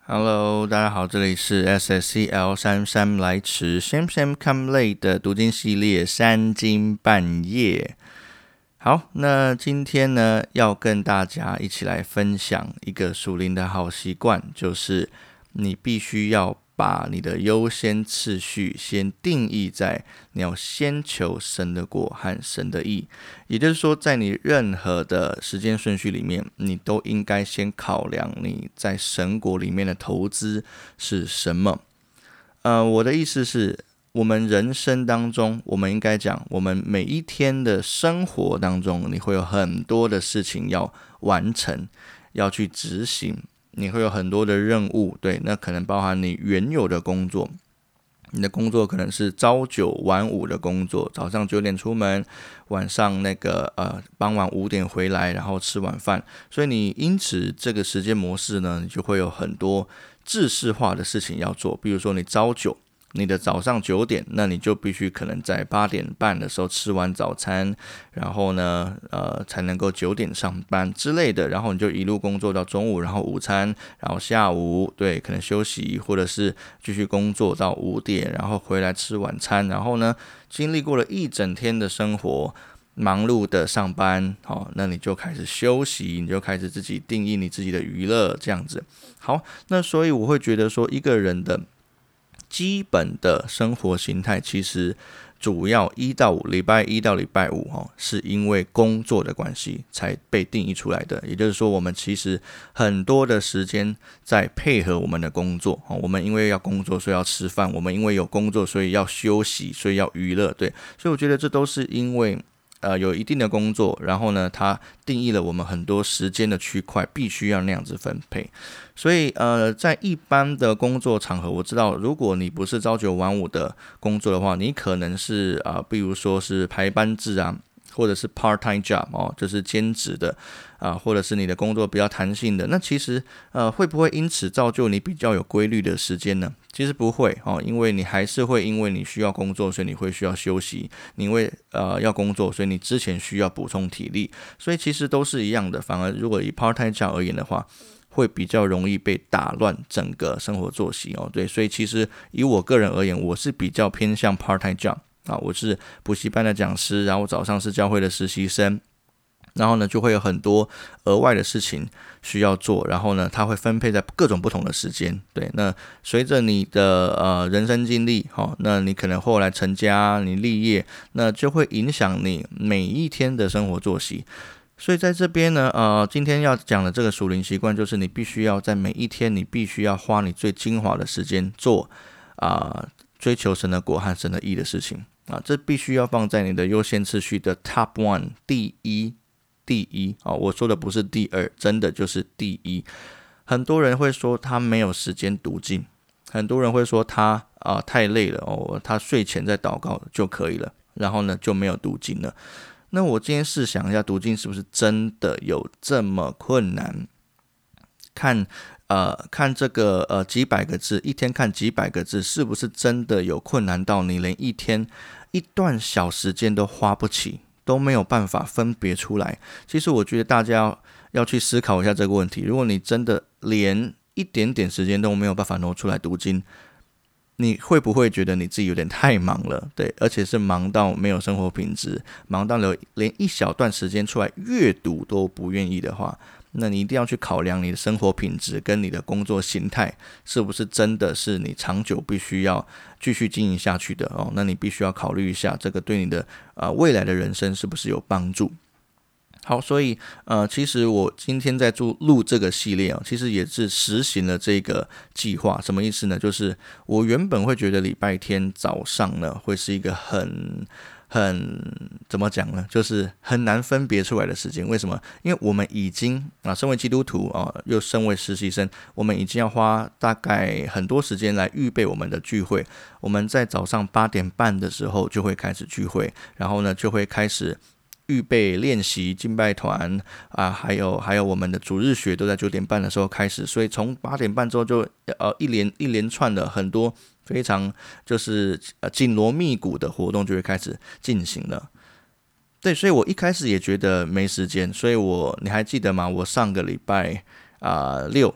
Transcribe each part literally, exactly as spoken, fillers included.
Hello，大家好，这里是 S S C L 姗姗来迟 Sham Sham Come Late 的读经系列三更半夜。好，那今天呢，要跟大家一起来分享一个属灵的好习惯，就是你必须要把你的优先次序先定义在你要先求神的国和神的义，也就是说，在你任何的时间顺序里面，你都应该先考量你在神国里面的投资是什么。呃，我的意思是，我们人生当中，我们应该讲，我们每一天的生活当中，你会有很多的事情要完成，要去执行。你会有很多的任务，对，那可能包含你原有的工作，你的工作可能是朝九晚五的工作，早上九点出门，晚上那个呃傍晚五点回来，然后吃晚饭，所以你因此这个时间模式呢，你就会有很多制式化的事情要做，比如说你朝九。你的早上九点，那你就必须可能在八点半的时候吃完早餐，然后呢，呃，才能够九点上班之类的，然后你就一路工作到中午，然后午餐，然后下午对可能休息，或者是继续工作到五点，然后回来吃晚餐，然后呢，经历过了一整天的生活。忙碌的上班，好，那你就开始休息，你就开始自己定义你自己的娱乐，这样子。好，那所以我会觉得说，一个人的基本的生活形态其实主要一到五，礼拜一到礼拜五哈，是因为工作的关系才被定义出来的。也就是说，我们其实很多的时间在配合我们的工作。我们因为要工作，所以要吃饭；我们因为有工作，所以要休息，所以要娱乐。对，所以我觉得这都是因为。呃，有一定的工作，然后呢，它定义了我们很多时间的区块，必须要那样子分配。所以，呃，在一般的工作场合，我知道，如果你不是朝九晚五的工作的话，你可能是啊、呃，比如说是排班制啊，或者是 part time job 哦，就是兼职的啊、呃，或者是你的工作比较弹性的，那其实呃，会不会因此造就你比较有规律的时间呢？其实不会哦，因为你还是会因为你需要工作，所以你会需要休息；你因为呃要工作，所以你之前需要补充体力，所以其实都是一样的。反而如果以 part time job 而言的话，会比较容易被打乱整个生活作息哦。对，所以其实以我个人而言，我是比较偏向 part time job 啊，我是补习班的讲师，然后早上是教会的实习生。然后呢，就会有很多额外的事情需要做，然后呢，它会分配在各种不同的时间。对，那随着你的呃人生经历，好、哦，那你可能后来成家，你立业，那就会影响你每一天的生活作息。所以在这边呢，呃，今天要讲的这个属灵习惯，就是你必须要在每一天，你必须要花你最精华的时间做啊、呃，追求神的国和神的义的事情啊，这必须要放在你的优先次序的 top one 第一。第一啊、哦，我说的不是第二，真的就是第一。很多人会说他没有时间读经，很多人会说他啊、呃、太累了哦，他睡前再祷告就可以了，然后呢就没有读经了。那我今天试想一下，读经是不是真的有这么困难？看呃看这个呃几百个字，一天看几百个字，是不是真的有困难到你连一天一段小时间都花不起？都没有办法分别出来。其实我觉得大家要要去思考一下这个问题。如果你真的连一点点时间都没有办法挪出来读经，你会不会觉得你自己有点太忙了？对，而且是忙到没有生活品质，忙到了连一小段时间出来阅读都不愿意的话，那你一定要去考量你的生活品质跟你的工作形态是不是真的是你长久必须要继续经营下去的哦？那你必须要考虑一下，这个对你的呃未来的人生是不是有帮助？好，所以呃，其实我今天在做录这个系列啊、哦，其实也是实行了这个计划。什么意思呢？就是我原本会觉得礼拜天早上呢会是一个很很怎么讲呢？就是很难分别出来的时间。为什么？因为我们已经啊，身为基督徒啊，又身为实习生，我们已经要花大概很多时间来预备我们的聚会。我们在早上八点半的时候就会开始聚会，然后呢就会开始。预备练习敬拜团啊，还有还有我们的主日学都在九点半的时候开始，所以从八点半之后就呃一连一连串的很多非常就是呃紧锣密鼓的活动就会开始进行了。对，所以我一开始也觉得没时间，所以我你还记得吗？我上个礼拜啊、呃、六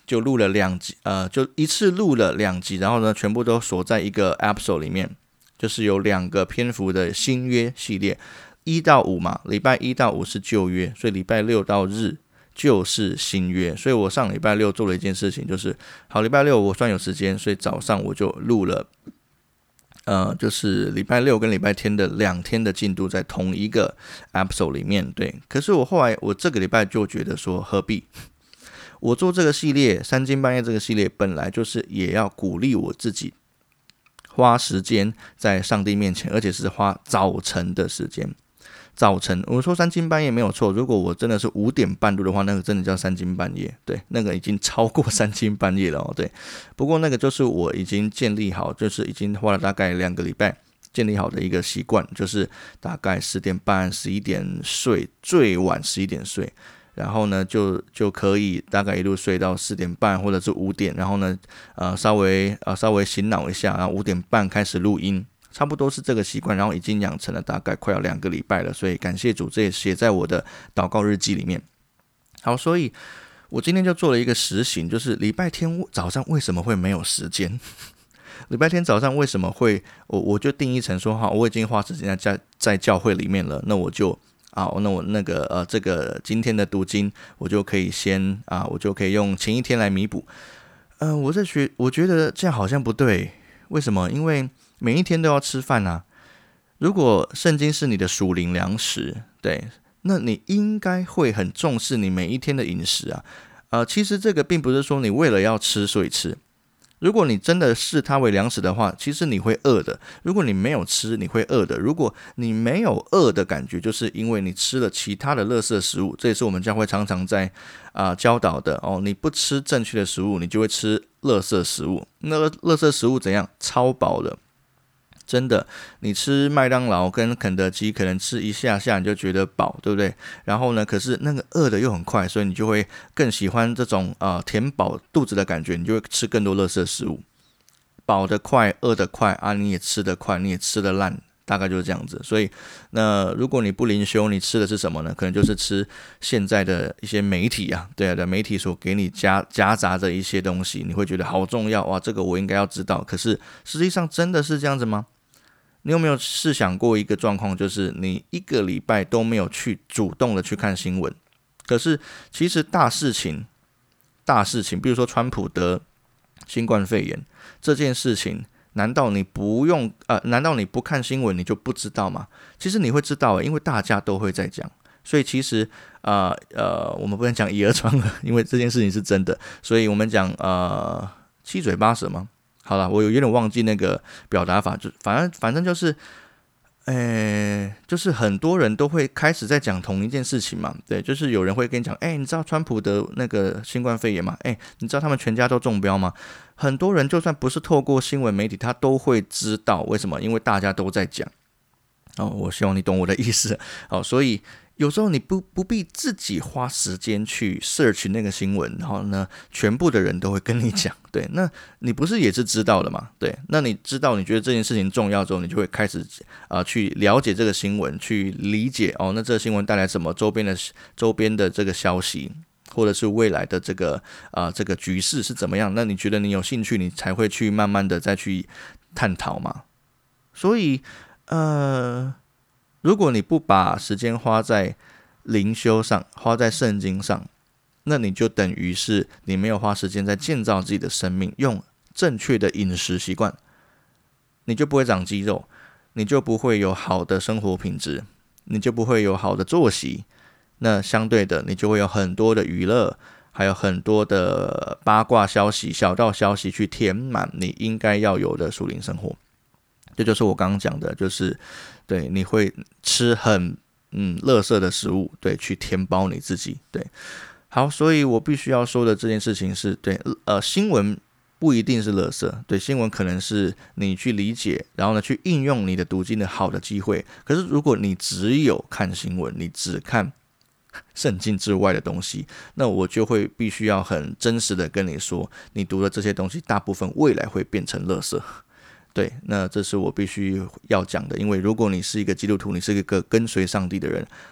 就录了两集，呃，就一次录了两集，然后呢，全部都锁在一个 episode 里面，就是有两个篇幅的新约系列，一到五嘛，礼拜一到五是旧约，所以礼拜六到日就是新约。所以我上礼拜六做了一件事情，就是好，礼拜六我算有时间，所以早上我就录了。呃，就是礼拜六跟礼拜天的两天的进度在同一个 episode 里面，对。可是我后来，我这个礼拜就觉得说，何必？我做这个系列，三更半夜这个系列，本来就是也要鼓励我自己，花时间在上帝面前，而且是花早晨的时间。早晨，我说三更半夜没有错。如果我真的是五点半录的话，那个真的叫三更半夜，对，那个已经超过三更半夜了哦，对。不过那个就是我已经建立好，就是已经花了大概两个礼拜建立好的一个习惯，就是大概十点半、十一点睡，最晚十一点睡，然后呢就就可以大概一路睡到四点半或者是五点，然后呢呃稍微呃稍微醒脑一下，然后五点半开始录音。差不多是这个习惯，然后已经养成了大概快要两个礼拜了，所以感谢主，这也写在我的祷告日记里面。好，所以我今天就做了一个实行，就是礼拜天早上为什么会没有时间？礼拜天早上为什么会我我就定义成说，哈，我已经花时间在在教会里面了，那我就啊，那我那个呃这个今天的读经，我就可以先啊，我就可以用前一天来弥补。嗯、呃，我在学，我觉得这样好像不对，为什么？因为每一天都要吃饭啊！如果圣经是你的属灵粮食，对，那你应该会很重视你每一天的饮食啊。呃，其实这个并不是说你为了要吃所以吃。如果你真的视它为粮食的话，其实你会饿的。如果你没有吃，你会饿的。如果你没有饿的感觉，就是因为你吃了其他的垃圾食物。这也是我们教会常常在啊、呃、教导的哦。你不吃正确的食物，你就会吃垃圾食物。那垃圾食物怎样？超饱了。真的，你吃麦当劳跟肯德基，可能吃一下下你就觉得饱，对不对？然后呢，可是那个饿的又很快，所以你就会更喜欢这种呃填饱肚子的感觉，你就会吃更多垃圾食物。饱得快，饿得快啊，你也吃得快，你也吃得烂，大概就是这样子。所以，那如果你不灵修，你吃的是什么呢？可能就是吃现在的一些媒体啊，对啊的媒体所给你夹夹杂的一些东西，你会觉得好重要哇，这个我应该要知道。可是实际上真的是这样子吗？你有没有试想过一个状况，就是你一个礼拜都没有去主动的去看新闻，可是其实大事情、大事情，比如说川普得新冠肺炎这件事情，难道你不用呃，难道你不看新闻你就不知道吗？其实你会知道，因为大家都会在讲，所以其实呃呃，我们不能讲以讹传讹，因为这件事情是真的，所以我们讲呃七嘴八舌吗？好了，我有点忘记那个表达法，就反正反正就是，诶，就是很多人都会开始在讲同一件事情嘛，对，就是有人会跟你讲，哎，你知道川普的那个新冠肺炎吗？哎，你知道他们全家都中标吗？很多人就算不是透过新闻媒体，他都会知道，为什么？因为大家都在讲。哦，我希望你懂我的意思。哦，所以有时候你不不必自己花时间去 search 那个新闻，然后呢，全部的人都会跟你讲，对，那你不是也是知道的嘛？对，那你知道，你觉得这件事情重要之后，你就会开始啊、呃、去了解这个新闻，去理解哦，那这个新闻带来什么周边的周边的这个消息，或者是未来的这个啊、呃、这个局势是怎么样？那你觉得你有兴趣，你才会去慢慢的再去探讨嘛。所以呃。如果你不把时间花在灵修上，花在圣经上，那你就等于是你没有花时间在建造自己的生命，用正确的饮食习惯，你就不会长肌肉，你就不会有好的生活品质，你就不会有好的作息。那相对的，你就会有很多的娱乐，还有很多的八卦消息、小道消息去填满你应该要有的属灵生活。这就是我刚刚讲的，就是对你会吃很嗯垃圾的食物，对，去填饱你自己，对。好，所以我必须要说的这件事情是对，呃，新闻不一定是垃圾，对，新闻可能是你去理解，然后呢去应用你的读经的好的机会。可是如果你只有看新闻，你只看圣经之外的东西，那我就会必须要很真实的跟你说，你读的这些东西大部分未来会变成垃圾。对，那这是我必须要讲的，因为如果你是一个基督徒，你是一个跟随上帝的人，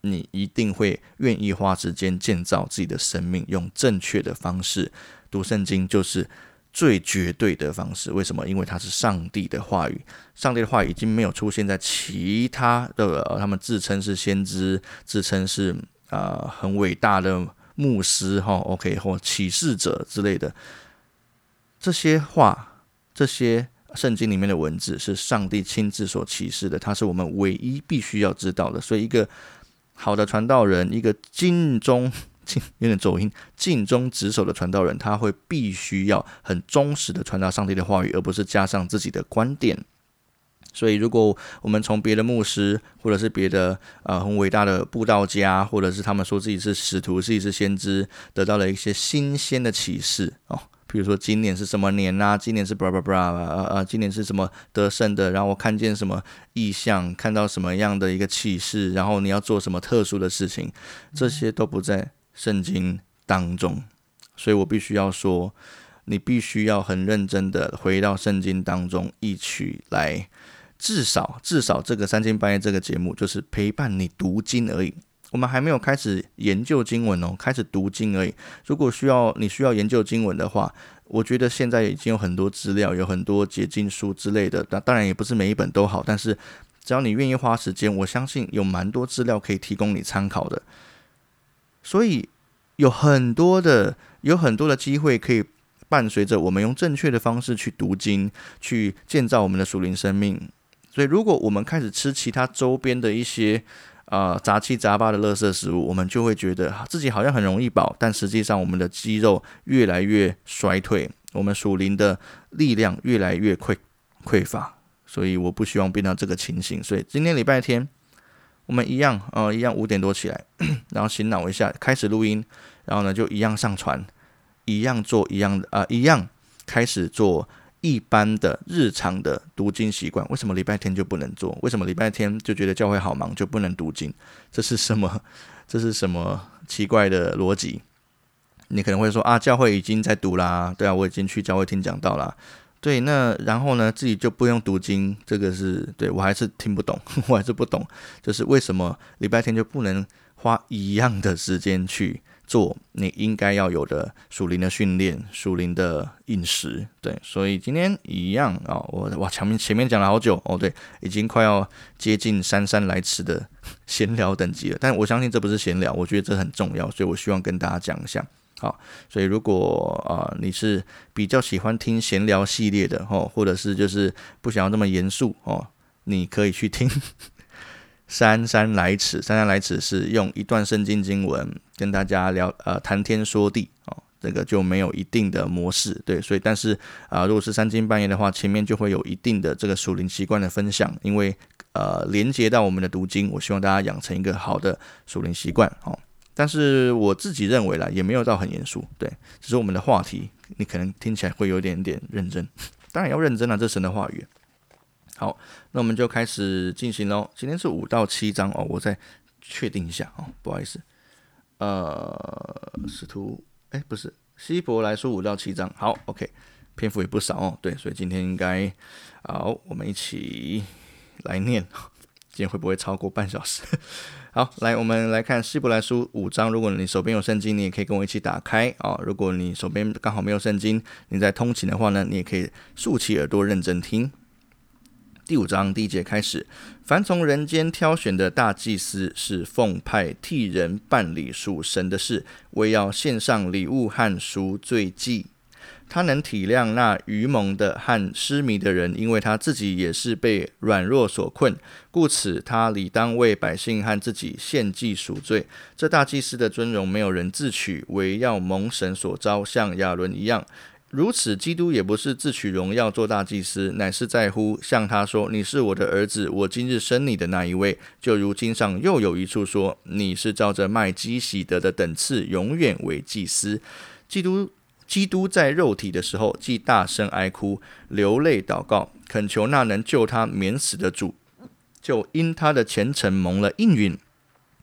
你一定会愿意花时间建造自己的生命，用正确的方式读圣经，就是最绝对的方式。为什么？因为它是上帝的话语，上帝的话语已经没有出现在其他的、呃、他们自称是先知，自称是、呃、很伟大的牧师、哦、OK 或启示者之类的，这些话，这些圣经里面的文字是上帝亲自所启示的，它是我们唯一必须要知道的。所以一个好的传道人，一个尽忠有点走音尽忠职守的传道人，他会必须要很忠实的传达上帝的话语，而不是加上自己的观点。所以如果我们从别的牧师或者是别的、呃、很伟大的布道家，或者是他们说自己是使徒，自己是先知，得到了一些新鲜的启示、哦、比如说今年是什么年啊，今年是 blah blah blah、呃呃、今年是什么得胜的，然后我看见什么异象，看到什么样的一个启示，然后你要做什么特殊的事情，这些都不在圣经当中。所以我必须要说，你必须要很认真的回到圣经当中，一起来至少至少这个三更半夜这个节目就是陪伴你读经而已，我们还没有开始研究经文哦，开始读经而已。如果需要你需要研究经文的话，我觉得现在已经有很多资料，有很多解经书之类的，当然也不是每一本都好，但是只要你愿意花时间，我相信有蛮多资料可以提供你参考的。所以有很多的有很多的机会可以伴随着我们用正确的方式去读经，去建造我们的属灵生命。所以如果我们开始吃其他周边的一些呃杂七杂八的垃圾食物，我们就会觉得自己好像很容易饱，但实际上我们的肌肉越来越衰退，我们属灵的力量越来越匮匮乏。所以我不希望变到这个情形。所以今天礼拜天我们一样呃一样五点多起来，然后醒脑一下，开始录音，然后呢就一样上传，一样做一样的啊、呃、一样开始做一般的日常的读经习惯。为什么礼拜天就不能做？为什么礼拜天就觉得教会好忙就不能读经？这是什么？这是什么奇怪的逻辑？你可能会说啊，教会已经在读啦，对啊，我已经去教会听讲道啦。对，那然后呢，自己就不用读经，这个是对我还是听不懂，我还是不懂，就是为什么礼拜天就不能花一样的时间去做你应该要有的属灵的训练、属灵的饮食。对，所以今天一样啊、哦，我哇前面前面讲了好久哦，对，已经快要接近姗姗来迟的闲聊等级了。但我相信这不是闲聊，我觉得这很重要，所以我希望跟大家讲一下。好，所以如果、呃、你是比较喜欢听闲聊系列的、哦、或者是就是不想要那么严肃、哦、你可以去听姗姗来迟。姗姗来迟是用一段圣经经文跟大家聊呃谈天说地、哦、这个就没有一定的模式。对，所以但是、呃、如果是三更半夜的话，前面就会有一定的这个属灵习惯的分享，因为呃连接到我们的读经，我希望大家养成一个好的属灵习惯、哦但是我自己认为啦，也没有到很严肃，对，只是我们的话题，你可能听起来会有点点认真，当然要认真啊，这神的话语。好，那我们就开始进行咯。今天是五到七章哦，我再确定一下哦，不好意思，呃，使徒，哎，不是，希伯来书五到七章，好 ，OK， 篇幅也不少哦，对，所以今天应该，好，我们一起来念。今天会不会超过半小时？好，来，我们来看希伯来书五章。如果你手边有圣经，你也可以跟我一起打开、哦、如果你手边刚好没有圣经，你在通勤的话呢，你也可以竖起耳朵认真听。第五章第一节开始，凡从人间挑选的大祭司，是奉派替人办理属神的事，为要献上礼物和赎罪祭。他能体谅那愚蒙的和失迷的人，因为他自己也是被软弱所困，故此他理当为百姓和自己献祭赎罪。这大祭司的尊荣没有人自取，唯要蒙神所召，像亚伦一样。如此，基督也不是自取荣耀做大祭司，乃是在乎向他说：“你是我的儿子，我今日生你的那一位。”就如经上又有一处说：“你是照着麦基洗德的等次，永远为祭司。”基督基督在肉体的时候，既大声哀哭，流泪祷告，恳求那能救他免死的主，就因他的虔诚蒙了应允。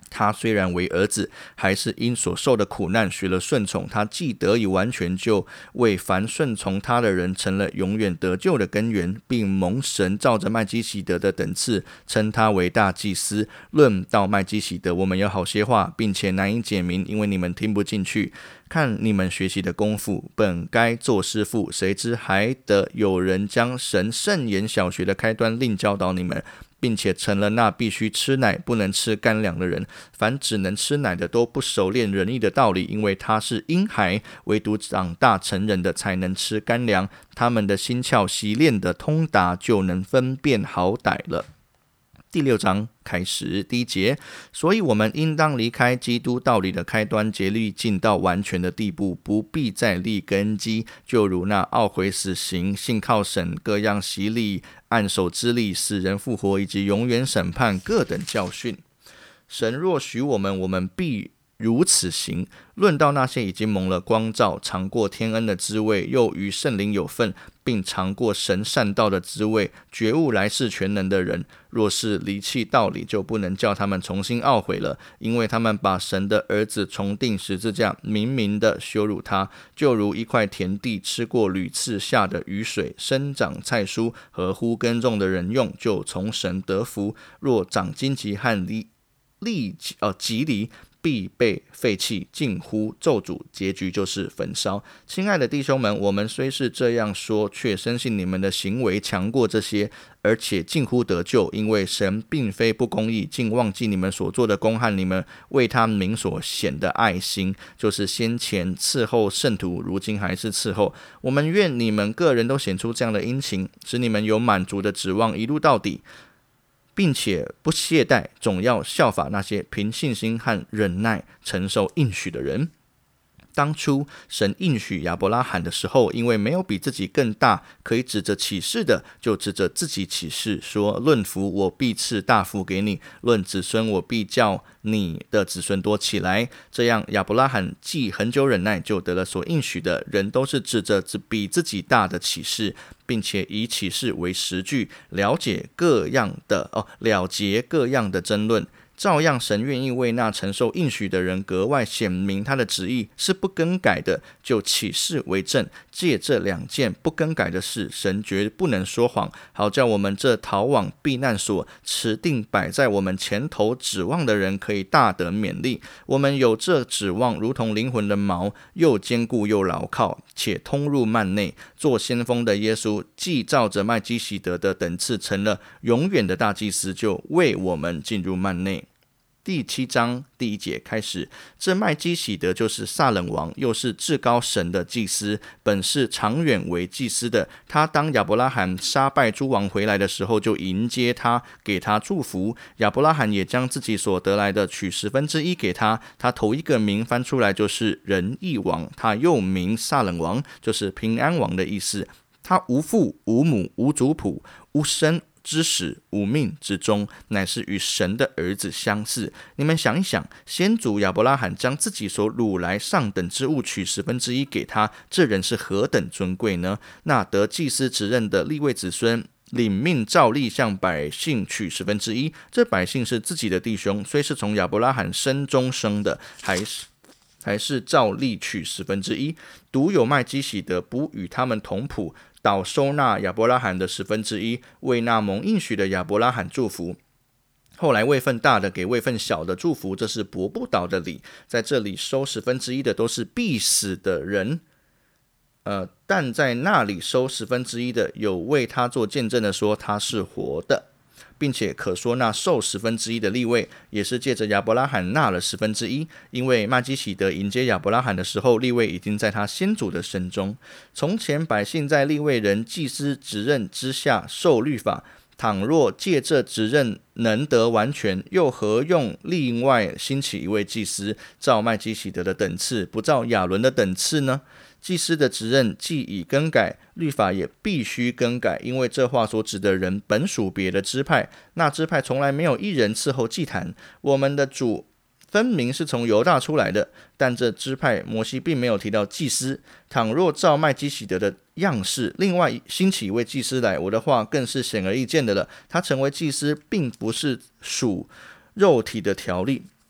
他虽然为儿子，还是因所受的苦难学了顺从。他既得以完全救，为凡顺从他的人成了永远得救的根源，并蒙神照着麦基洗德的等次称他为大祭司。论到麦基洗德，我们有好些话，并且难以解明，因为你们听不进去。看你们学习的功夫，本该做师傅，谁知还得有人将神圣言小学的开端另教导你们，并且成了那必须吃奶不能吃干粮的人。凡只能吃奶的都不熟练仁义的道理，因为他是婴孩，唯独长大成人的才能吃干粮。他们的心窍习练的通达，就能分辨好歹了。第六章开始，第一节，所以我们应当离开基督道理的开端，竭力进到完全的地步，不必再立根基，就如那懊悔死刑、信靠神、各样洗礼、按手之力、死人复活以及永远审判各等教训。神若许我们，我们必如此行。论到那些已经蒙了光照，尝过天恩的滋味，又与圣灵有份，并尝过神善道的滋味，觉悟来世全能的人，若是离弃道理，就不能叫他们重新懊悔了，因为他们把神的儿子重钉十字架，明明的羞辱他，就如一块田地吃过屡次下的雨水，生长菜蔬，合乎耕种的人用，就从神得福；若长荆棘和利利呃棘藜，必被废弃，近乎咒诅，结局就是焚烧。亲爱的弟兄们，我们虽是这样说，却深信你们的行为强过这些，而且近乎得救，因为神并非不公义，竟忘记你们所做的功和你们为他名所显的爱心，就是先前伺候圣徒，如今还是伺候。我们愿你们个人都显出这样的殷勤，使你们有满足的指望，一路到底，并且不懈怠，总要效法那些凭信心和忍耐承受应许的人。当初神应许亚伯拉罕的时候，因为没有比自己更大可以指着启示的，就指着自己启示说，论福我必赐大福给你，论子孙我必叫你的子孙多起来。这样亚伯拉罕既很久忍耐，就得了所应许的。人都是指着比自己大的启示，并且以启示为实据，了解各样的哦，了结各样的争论。照样神愿意为那承受应许的人格外显明他的旨意是不更改的，就启示为证。借这两件不更改的事，神绝不能说谎，好叫我们这逃往避难所持定摆在我们前头指望的人可以大得勉励。我们有这指望，如同灵魂的锚，又坚固又牢靠，且通入幔内。做先锋的耶稣既照着麦基洗德的等次成了永远的大祭司，就为我们进入幔内。第七章第一节开始，这麦基洗德就是撒冷王，又是至高神的祭司，本是长远为祭司的。他当亚伯拉罕杀败诸王回来的时候，就迎接他，给他祝福。亚伯拉罕也将自己所得来的取十分之一给他。他头一个名翻出来就是仁义王，他又名撒冷王，就是平安王的意思。他无父无母无族谱无生之始无命之终，乃是与神的儿子相似。你们想一想，先祖亚伯拉罕将自己所掳来上等之物取十分之一给他，这人是何等尊贵呢？那得祭司职任的利未子孙领命照例向百姓取十分之一，这百姓是自己的弟兄，虽是从亚伯拉罕生中生的，还是还是照例取十分之一。独有麦基洗德不与他们同谱，倒收纳亚伯拉罕的十分之一，为那蒙应许的亚伯拉罕祝福。后来位分大的给位分小的祝福，这是伯不倒的理。在这里收十分之一的都是必死的人，呃，但在那里收十分之一的，有为他做见证的说他是活的。并且可说那受十分之一的利未，也是借着亚伯拉罕纳了十分之一，因为麦基洗德迎接亚伯拉罕的时候，利未已经在他先祖的身中。从前百姓在利未人祭司职任之下受律法，倘若借这职任能得完全，又何用另外兴起一位祭司，照麦基洗德的等次，不照亚伦的等次呢？祭司的职任既已更改，律法也必须更改，因为这话所指的人本属别的支派，那支派从来没有一人伺候祭坛。我们的主分明是从犹大出来的，但这支派摩西并没有提到祭司。倘若照麦基洗德的样式，另外兴起一位祭司来，我的话更是显而易见的了。他成为祭司并不是属肉体的条例，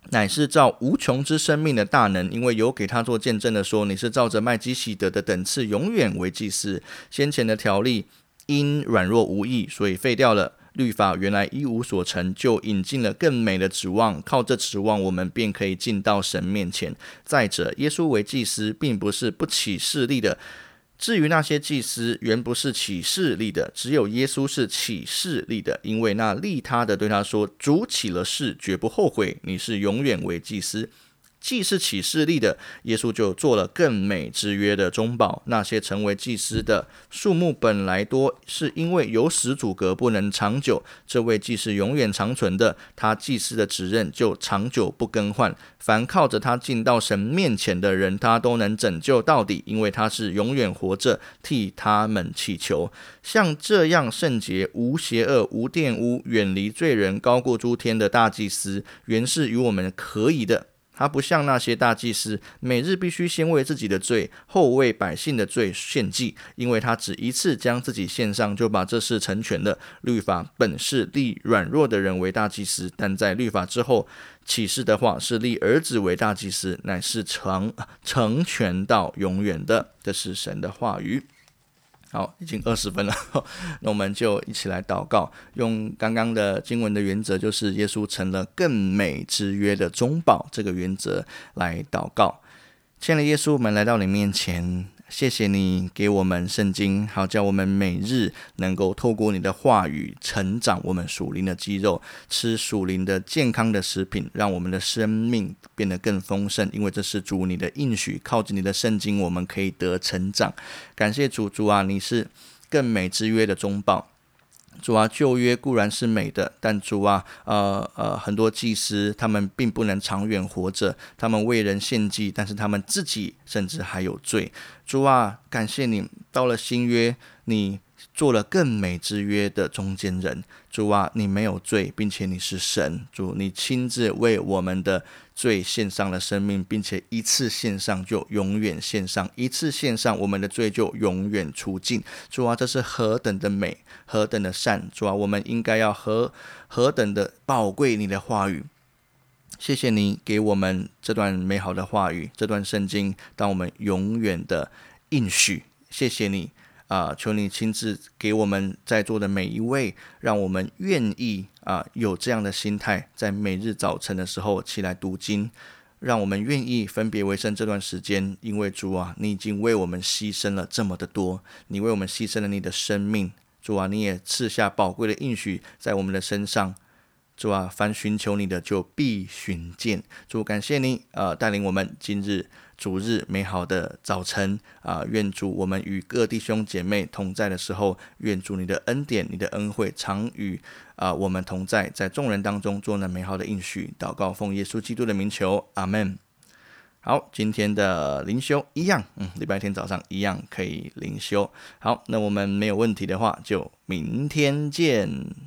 乃是照无穷之生命的大能，因为有给他做见证的说，你是照着麦基洗德的等次永远为祭司。先前的条例因软弱无益，所以废掉了。律法原来一无所成，就引进了更美的指望，靠这指望我们便可以进到神面前。再者，耶稣为祭司并不是不起势力的，至于那些祭司原不是起势力的，只有耶稣是起势力的，因为那立他的对他说，主起了誓，绝不后悔，你是永远为祭司。既是起势力的，耶稣就做了更美之约的中保。那些成为祭司的数目本来多，是因为有死阻隔，不能长久。这位既是永远长存的，他祭司的职任就长久不更换。凡靠着他进到神面前的人，他都能拯救到底，因为他是永远活着，替他们祈求。像这样圣洁、无邪恶、无玷污、远离罪人、高过诸天的大祭司，原是与我们可以的。他不像那些大祭司，每日必须先为自己的罪，后为百姓的罪献祭，因为他只一次将自己献上，就把这事成全了。律法本是立软弱的人为大祭司，但在律法之后，启示的话是立儿子为大祭司，乃是成成全到永远的。这是神的话语。好，已经二十分了，那我们就一起来祷告，用刚刚的经文的原则，就是耶稣成了更美之约的中保这个原则来祷告。亲爱的耶稣，我们来到你面前，谢谢你给我们圣经，好叫我们每日能够透过你的话语成长我们属灵的肌肉，吃属灵的健康的食品，让我们的生命变得更丰盛，因为这是主你的应许，靠着你的圣经我们可以得成长。感谢主，主啊，你是更美之约的中保。主啊，旧约固然是美的，但主啊，呃呃，很多祭司他们并不能长远活着，他们为人献祭，但是他们自己甚至还有罪。主啊，感谢你，到了新约，你做了更美之约的中间人。主啊，你没有罪，并且你是神。主，你亲自为我们的罪献上了生命，并且一次献上就永远献上，一次献上我们的罪就永远除尽。主啊，这是何等的美，何等的善。主啊，我们应该要何何等的宝贵你的话语。谢谢你给我们这段美好的话语，这段圣经，当我们永远的应许。谢谢你啊、呃，求你亲自给我们在座的每一位，让我们愿意啊、呃、有这样的心态，在每日早晨的时候起来读经，让我们愿意分别为圣这段时间。因为主啊，你已经为我们牺牲了这么的多，你为我们牺牲了你的生命。主啊，你也赐下宝贵的应许在我们的身上。主啊，凡寻求你的就必寻见。主，感谢你呃带领我们今日主日美好的早晨啊、呃！愿主我们与各弟兄姐妹同在的时候，愿主你的恩典、你的恩惠常与啊、呃、我们同在，在众人当中做那美好的应许。祷告奉耶稣基督的名求，阿们。好，今天的灵修一样，嗯，礼拜天早上一样可以灵修。好，那我们没有问题的话，就明天见。